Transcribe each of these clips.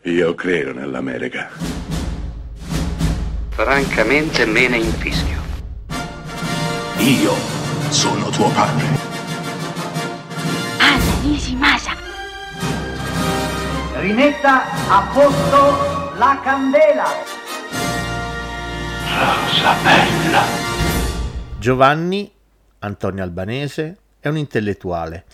Io credo nell'America. Francamente me ne infischio. Io sono tuo padre. Anna Nishimasa. Rimetta a posto la candela. Rosa bella. Giovanni Antonio Albanese è un intellettuale,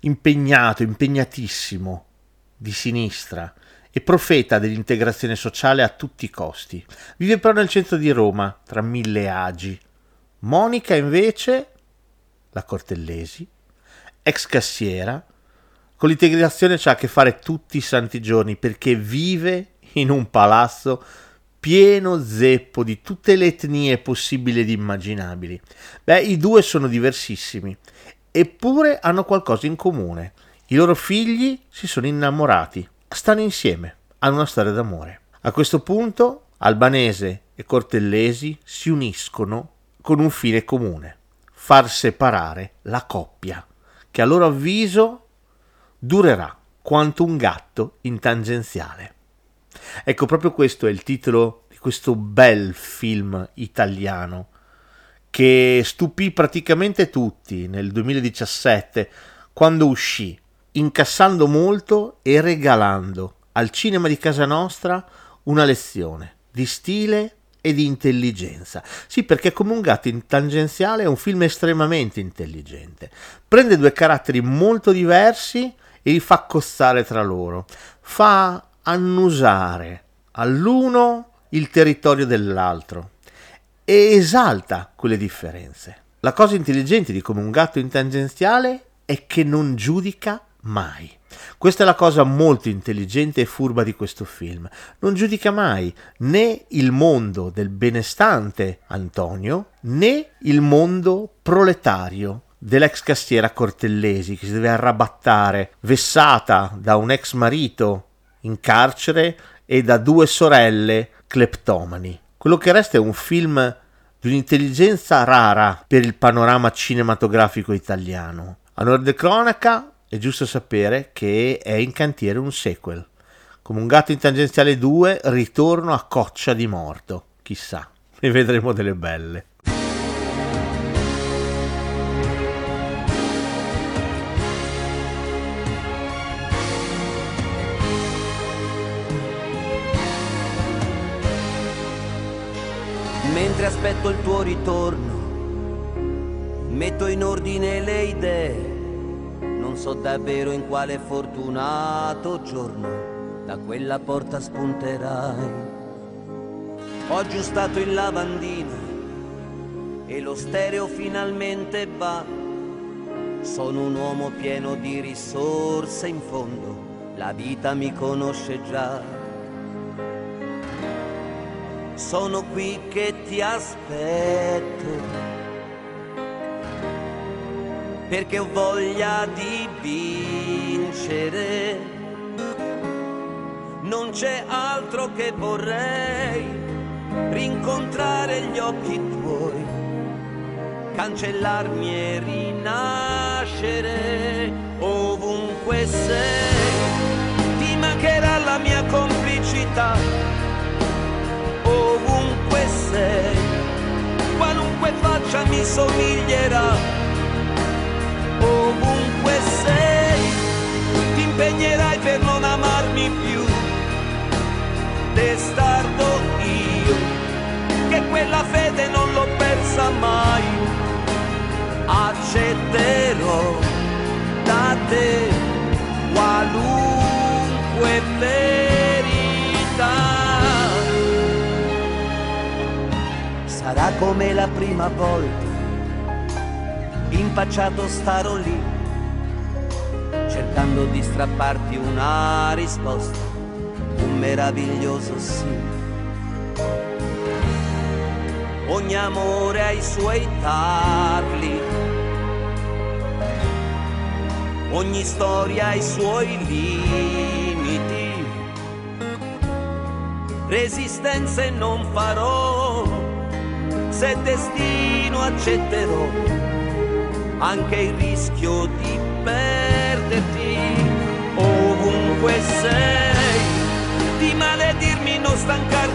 impegnatissimo, di sinistra e profeta dell'integrazione sociale a tutti i costi. Vive però nel centro di Roma, tra mille agi. Monica invece, la Cortellesi, ex cassiera, con l'integrazione c'ha a che fare tutti i santi giorni perché vive in un palazzo pieno zeppo di tutte le etnie possibili ed immaginabili. I due sono diversissimi, eppure hanno qualcosa in comune. I loro figli si sono innamorati, stanno insieme, hanno una storia d'amore. A questo punto Albanese e Cortellesi si uniscono con un fine comune: far separare la coppia, che a loro avviso durerà quanto un gatto in tangenziale. Ecco, proprio questo è il titolo di questo bel film italiano che stupì praticamente tutti nel 2017 quando uscì, incassando molto e regalando al cinema di casa nostra una lezione di stile e di intelligenza. Sì, perché Come un gatto in tangenziale è un film estremamente intelligente. Prende due caratteri molto diversi e li fa cozzare tra loro. Fa annusare all'uno il territorio dell'altro e esalta quelle differenze. La cosa intelligente di Come un gatto in tangenziale è che non giudica mai. Questa è la cosa molto intelligente e furba di questo film. Non giudica mai né il mondo del benestante Antonio né il mondo proletario dell'ex cassiera Cortellesi, che si deve arrabattare, vessata da un ex marito in carcere e da due sorelle cleptomani. Quello che resta è un film di un'intelligenza rara per il panorama cinematografico italiano. A onor de cronaca è giusto sapere che è in cantiere un sequel. Come un gatto in tangenziale 2, ritorno a coccia di morto. Chissà, ne vedremo delle belle. Mentre aspetto il tuo ritorno, metto in ordine le idee. Non so davvero in quale fortunato giorno da quella porta spunterai. Ho aggiustato il lavandino e lo stereo finalmente va. Sono un uomo pieno di risorse in fondo, la vita mi conosce già. Sono qui che ti aspetto, perché ho voglia di vincere. Non c'è altro che vorrei, rincontrare gli occhi tuoi, cancellarmi e rinascere. Ovunque sei, ti mancherà la mia complicità. Ovunque sei, qualunque faccia mi somiglierà. Ovunque sei, ti impegnerai per non amarmi più. Testardo io, che quella fede non l'ho persa mai. Accetterò da te qualunque verità. Sarà come la prima volta, impacciato starò lì, cercando di strapparti una risposta, un meraviglioso sì. Ogni amore ha i suoi tarli, ogni storia ha i suoi limiti. Resistenze non farò, se destino accetterò anche il rischio di perderti. Ovunque sei, ti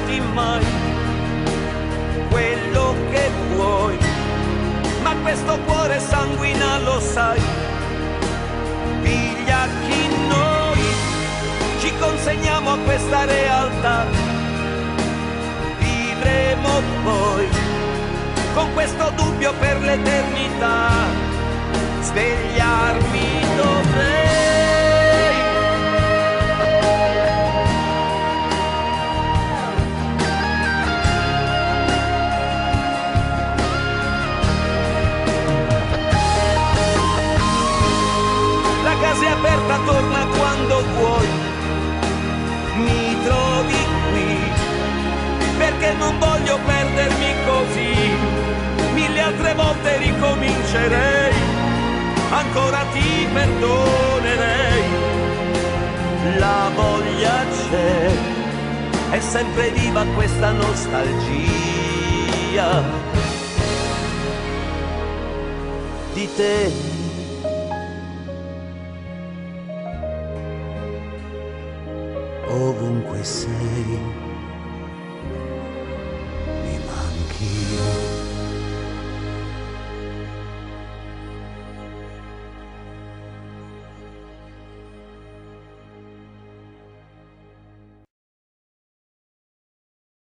darti mai quello che vuoi, ma questo cuore sanguina, lo sai, piglia chi noi ci consegniamo a questa realtà. Vivremo poi con questo dubbio per l'eternità, svegliarmi dovrei. La casa è aperta, torna quando vuoi, mi trovi qui, perché non voglio perdermi così. 1000 altre volte ricomincerei, ancora ti perdonerei. La voglia c'è, è sempre viva questa nostalgia di te. Ovunque sei,